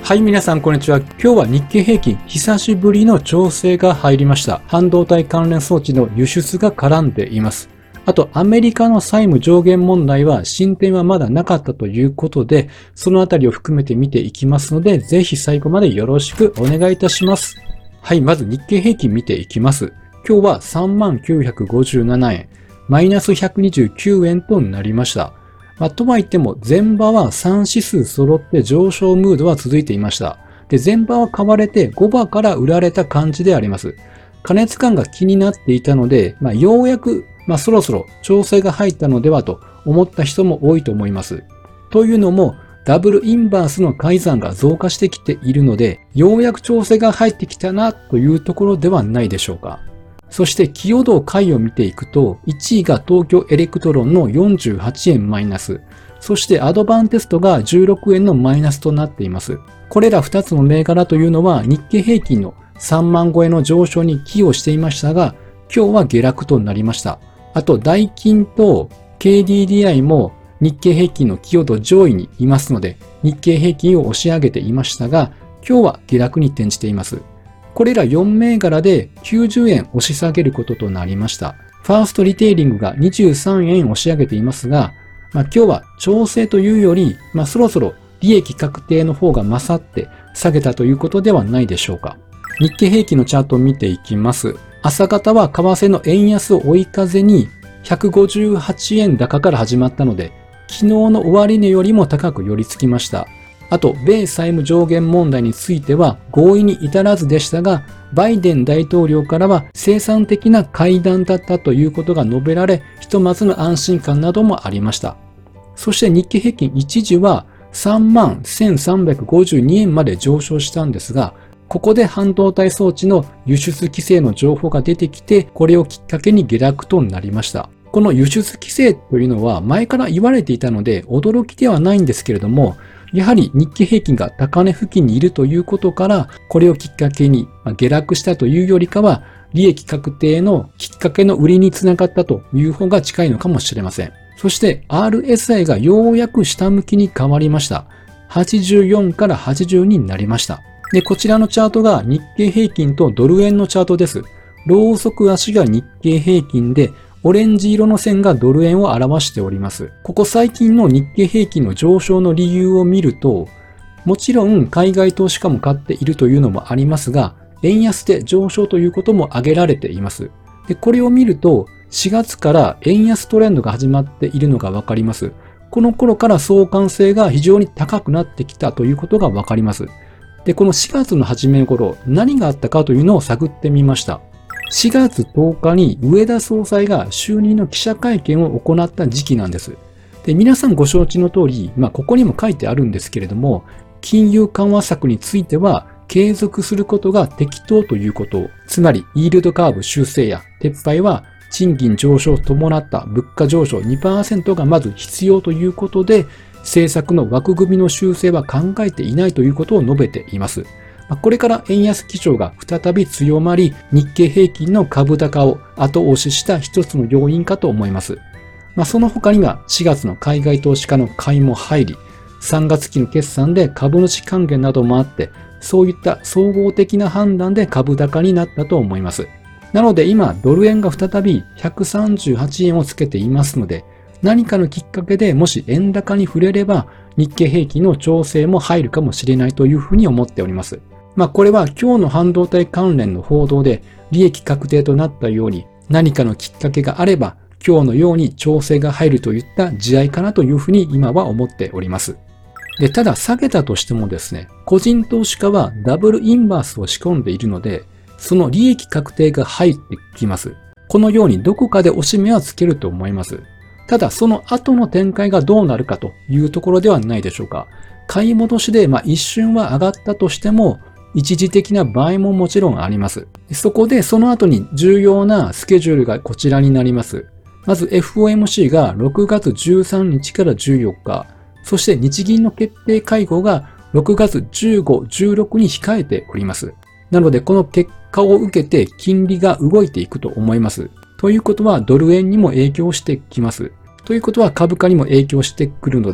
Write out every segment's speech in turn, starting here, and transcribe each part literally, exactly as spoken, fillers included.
はい、皆さんこんにちは。今日は日経平均、久しぶりの調整が入りました。半導体関連装置の輸出が絡んでいます。あと、アメリカの債務上限問題は進展はまだなかったということで、そのあたりを含めて見ていきますので、ぜひ最後までよろしくお願いいたします。はい、まず日経平均見ていきます。今日は さんまんきゅうひゃくごじゅうななえん、マイナスひゃくにじゅうきゅうえんとなりました。まあ、とはいっても前場はさん指数揃って上昇ムードは続いていました。で、前場は買われてごばから売られた感じであります。過熱感が気になっていたので、まあ、ようやく、まあ、そろそろ調整が入ったのではと思った人も多いと思います。というのも、ダブルインバースの改ざんが増加してきているので、ようやく調整が入ってきたなというところではないでしょうか。そして寄与度回を見ていくと、いちいが東京エレクトロンのよんじゅうはちえんマイナス、そしてアドバンテストがじゅうろくえんのマイナスとなっています。これらふたつの銘柄というのは日経平均のさんまん超えの上昇に寄与していましたが、今日は下落となりました。あと、ダイキンと ケーディーディーアイ も日経平均の寄与度上位にいますので、日経平均を押し上げていましたが、今日は下落に転じています。これらよん銘柄できゅうじゅうえん押し下げることとなりました。ファーストリテイリングがにじゅうさんえん押し上げていますが、まあ、今日は調整というより、まあ、そろそろ利益確定の方が勝って下げたということではないでしょうか。日経平均のチャートを見ていきます。朝方は為替の円安を追い風にひゃくごじゅうはちえん高から始まったので、昨日の終値よりも高く寄り付きました。あと、米債務上限問題については合意に至らずでしたが、バイデン大統領からは生産的な会談だったということが述べられ、ひとまずの安心感などもありました。そして日経平均一時はさんまんせんさんびゃくごじゅうにえんまで上昇したんですが、ここで半導体装置の輸出規制の情報が出てきて、これをきっかけに下落となりました。この輸出規制というのは前から言われていたので驚きではないんですけれども、やはり日経平均が高値付近にいるということから、これをきっかけに下落したというよりかは、利益確定のきっかけの売りにつながったという方が近いのかもしれません。そして アールエスアイ がようやく下向きに変わりました。はちじゅうよんからはちじゅうにになりました。で、こちらのチャートが日経平均とドル円のチャートです。ロウソク足が日経平均で、オレンジ色の線がドル円を表しております。ここ最近の日経平均の上昇の理由を見ると、もちろん海外投資家も買っているというのもありますが、円安で上昇ということも挙げられています。で、これを見ると、しがつから円安トレンドが始まっているのがわかります。この頃から相関性が非常に高くなってきたということがわかります。で、このしがつの初め頃、何があったかというのを探ってみました。しがつとおかに植田総裁が就任の記者会見を行った時期なんです。で、皆さんご承知の通り、まあ、ここにも書いてあるんですけれども、金融緩和策については継続することが適当ということを、つまり、イールドカーブ修正や撤廃は賃金上昇を伴った物価上昇 にパーセント がまず必要ということで、政策の枠組みの修正は考えていないということを述べています。これから円安基調が再び強まり、日経平均の株高を後押しした一つの要因かと思います。まあ、その他にはしがつの海外投資家の買いも入り、さんがつ期の決算で株主還元などもあって、そういった総合的な判断で株高になったと思います。なので今、ドル円が再びひゃくさんじゅうはちえんをつけていますので、何かのきっかけでもし円高に触れれば、日経平均の調整も入るかもしれないというふうに思っております。まあこれは今日の半導体関連の報道で利益確定となったように何かのきっかけがあれば今日のように調整が入るといった試合かなというふうに今は思っております。で、ただ下げたとしてもですね、個人投資家はダブルインバースを仕込んでいるので、その利益確定が入ってきます。このようにどこかで押し目はつけると思います。ただその後の展開がどうなるかというところではないでしょうか。買い戻しでまあ一瞬は上がったとしても、一時的な場合ももちろんあります。そこでその後に重要なスケジュールがこちらになります。まず エフオーエムシー がろくがつじゅうさんにちからじゅうよっか、そして日銀の決定会合がろくがつじゅうご、じゅうろくに控えております。なのでこの結果を受けて金利が動いていくと思います。ということはドル円にも影響してきます。ということは株価にも影響してくるので、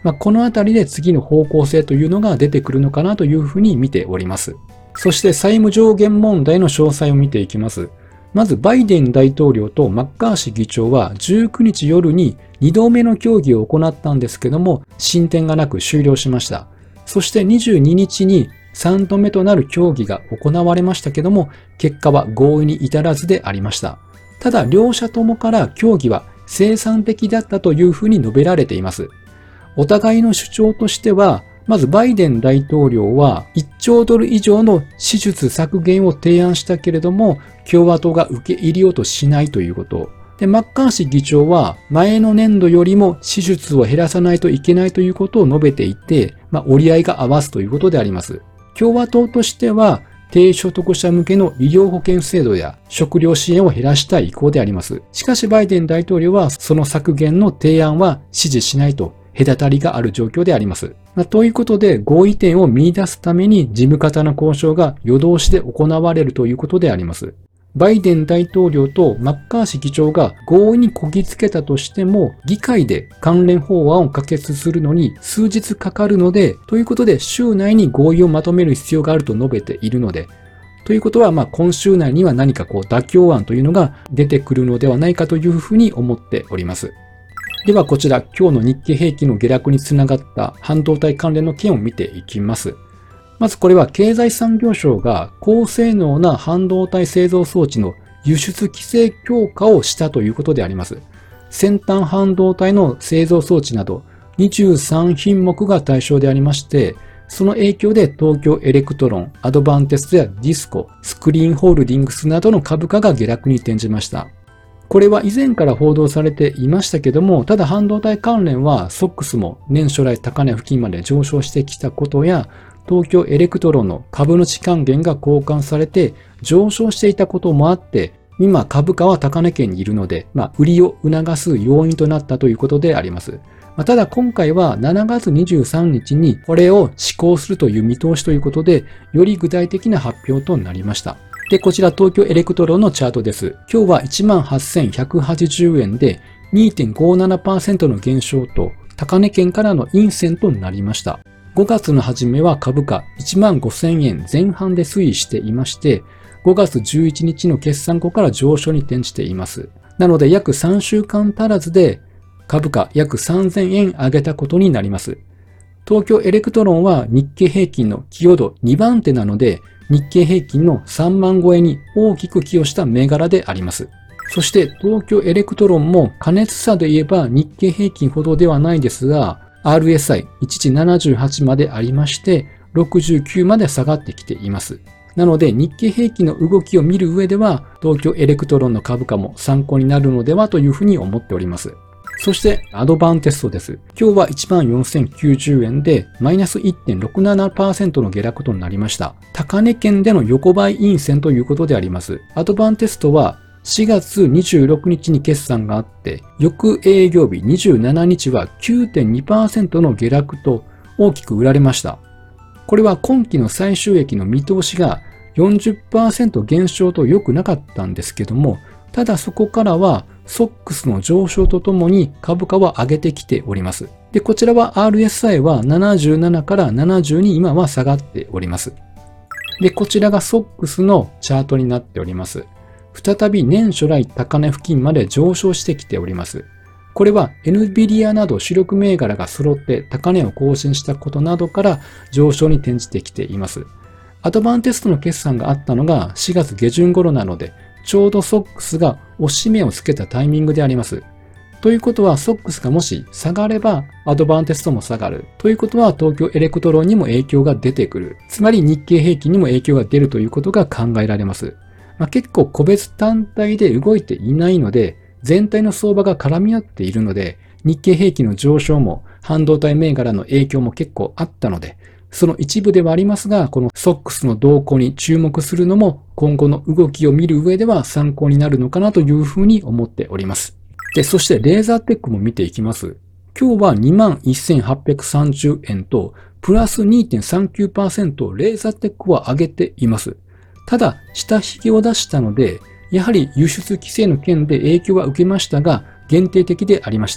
まあ、このあたりで次の方向性というのが出てくるのかなというふうに見ております。そして債務上限問題の詳細を見ていきます。まずバイデン大統領とマッカーシー議長はじゅうくにち夜ににどめの協議を行ったんですけども、進展がなく終了しました。そしてにじゅうににちにさんどめとなる協議が行われましたけども、結果は合意に至らずでありました。ただ両者ともから協議は生産的だったというふうに述べられています。お互いの主張としては、まずバイデン大統領はいっちょうドル以上の支出削減を提案したけれども、共和党が受け入れようとしないということ。で、マッカーシー議長は前の年度よりも支出を減らさないといけないということを述べていて、まあ、折り合いが合わすということであります。共和党としては、低所得者向けの医療保険制度や食料支援を減らしたい意向であります。しかしバイデン大統領はその削減の提案は支持しないと隔たりがある状況であります。まあ、ということで合意点を見出すために事務方の交渉が夜通しで行われるということであります。バイデン大統領とマッカーシー議長が合意にこぎつけたとしても、議会で関連法案を可決するのに数日かかるので、ということで週内に合意をまとめる必要があると述べているので、ということはまあ今週内には何かこう妥協案というのが出てくるのではないかというふうに思っております。ではこちら今日の日経平均の下落につながった半導体関連の件を見ていきます。まずこれは経済産業省が高性能な半導体製造装置の輸出規制強化をしたということであります。先端半導体の製造装置などにじゅうさんひんもくが対象でありまして、その影響で東京エレクトロン、アドバンテストやディスコ、スクリーンホールディングスなどの株価が下落に転じました。これは以前から報道されていましたけども、ただ半導体関連は ソックス も年初来高値付近まで上昇してきたことや、東京エレクトロンの株主還元が交換されて上昇していたこともあって、今株価は高値圏にいるので、まあ、売りを促す要因となったということであります。まあ、ただ今回はしちがつにじゅうさんにちにこれを施行するという見通しということで、より具体的な発表となりました。で、こちら東京エレクトロンのチャートです。今日は いちまんはっせんひゃくはちじゅうえんで にてんごななパーセント の減少と高値圏からの陰線となりました。ごがつの初めは株価いちまんごせんえんぜん半で推移していまして、ごがつじゅういちにちの決算後から上昇に転じています。なので約さんしゅうかん足らずで株価約さんぜんえん上げたことになります。東京エレクトロンは日経平均の寄与度にばんてなので、日経平均のさんまん超えに大きく寄与した銘柄であります。そして東京エレクトロンも過熱さで言えば日経平均ほどではないですが、アールエスアイ 一時ななじゅうはちまでありまして、ろくじゅうきゅうまで下がってきています。なので日経平均の動きを見る上では、東京エレクトロンの株価も参考になるのではというふうに思っております。そしてアドバンテストです。今日は いちまんよんせんきゅうじゅうえんでマイナス いってんろくななパーセント の下落となりました。高値圏での横ばい陰線ということであります。アドバンテストはしがつにじゅうろくにちに決算があって、翌営業日にじゅうしちにちは きゅうてんにパーセント の下落と大きく売られました。これは今期の最終益の見通しが よんじゅっパーセント 減少と良くなかったんですけども、ただそこからは ソックス の上昇とともに株価は上げてきております。で、こちらは アールエスアイ はななじゅうななからななじゅうに今は下がっております。で、こちらが ソックス のチャートになっております。再び年初来高値付近まで上昇してきております。これは エヌビディア など主力銘柄が揃って高値を更新したことなどから上昇に転じてきています。アドバンテストの決算があったのがしがつげじゅん頃なので、ちょうど ソックス が押し目をつけたタイミングであります。ということは ソックス がもし下がればアドバンテストも下がる。ということは東京エレクトロンにも影響が出てくる。つまり日経平均にも影響が出るということが考えられます。まあ、結構個別単体で動いていないので、全体の相場が絡み合っているので、日経平均の上昇も半導体銘柄の影響も結構あったので、その一部ではありますが、この ソックス の動向に注目するのも今後の動きを見る上では参考になるのかなというふうに思っております。で、そしてレーザーテックも見ていきます。今日は にまんせんはっぴゃくさんじゅうえんとプラス にてんさんきゅうパーセント レーザーテックは上げています。ただ、下引きを出したので、やはり輸出規制の件で影響は受けましたが、限定的でありました。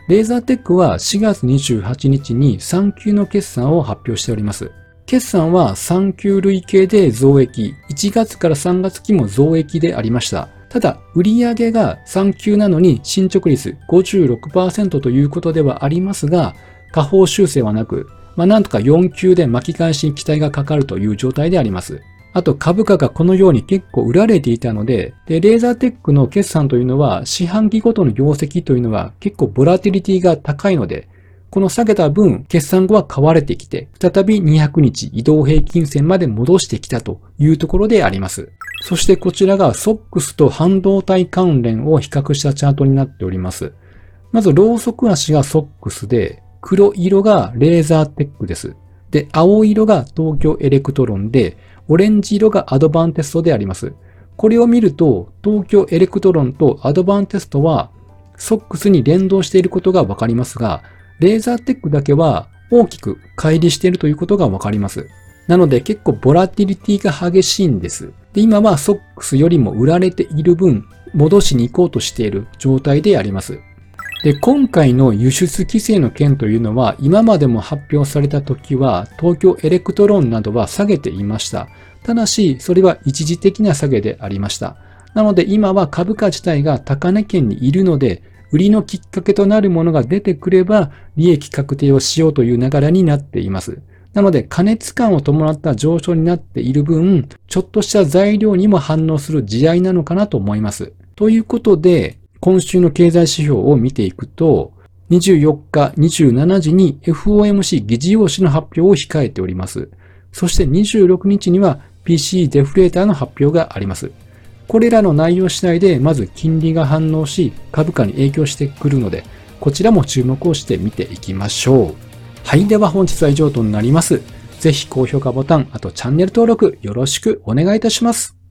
レーザーテックはしがつにじゅうはちにちにさんきゅうの決算を発表しております。決算はさんきゅう累計で増益、いちがつからさんがつ期も増益でありました。ただ、売上がさんきゅうなのに進捗率 ごじゅうろくパーセント ということではありますが、下方修正はなく、まあ、なんとかよん級で巻き返しに期待がかかるという状態であります。あと株価がこのように結構売られていたので、で、レーザーテックの決算というのは四半期ごとの業績というのは結構ボラティリティが高いので、この下げた分、決算後は買われてきて、再びにひゃくにち移動平均線まで戻してきたというところであります。そしてこちらが ソックス と半導体関連を比較したチャートになっております。まず、ローソク足が ソックス で、黒色がレーザーテックです。で、青色が東京エレクトロンで、オレンジ色がアドバンテストであります。これを見ると、東京エレクトロンとアドバンテストは ソックス に連動していることがわかりますが、レーザーテックだけは大きく乖離しているということがわかります。なので結構ボラティリティが激しいんです。で、今は ソックス よりも売られている分、戻しに行こうとしている状態であります。で、今回の輸出規制の件というのは、今までも発表された時は、東京エレクトロンなどは下げていました。ただし、それは一時的な下げでありました。なので、今は株価自体が高値圏にいるので、売りのきっかけとなるものが出てくれば、利益確定をしようという流れになっています。なので、過熱感を伴った上昇になっている分、ちょっとした材料にも反応する地合いなのかなと思います。ということで、今週の経済指標を見ていくと、にじゅうよっかにじゅうしちじに エフオーエムシー 議事要旨の発表を控えております。そしてにじゅうろくにちには ピーシー デフレーターの発表があります。これらの内容次第でまず金利が反応し株価に影響してくるので、こちらも注目をして見ていきましょう。はい、では本日は以上となります。ぜひ高評価ボタン、あとチャンネル登録よろしくお願いいたします。